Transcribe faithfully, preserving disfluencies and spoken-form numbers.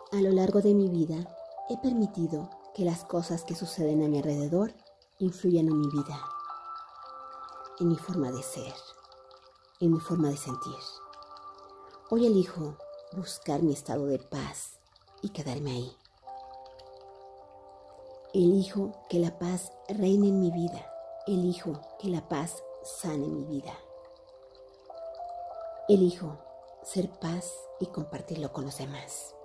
A lo largo de mi vida he permitido que las cosas que suceden a mi alrededor influyan en mi vida, en mi forma de ser, en mi forma de sentir. Hoy elijo buscar mi estado de paz y quedarme ahí. Elijo que la paz reine en mi vida. Elijo que la paz sane mi vida. Elijo ser paz y compartirlo con los demás.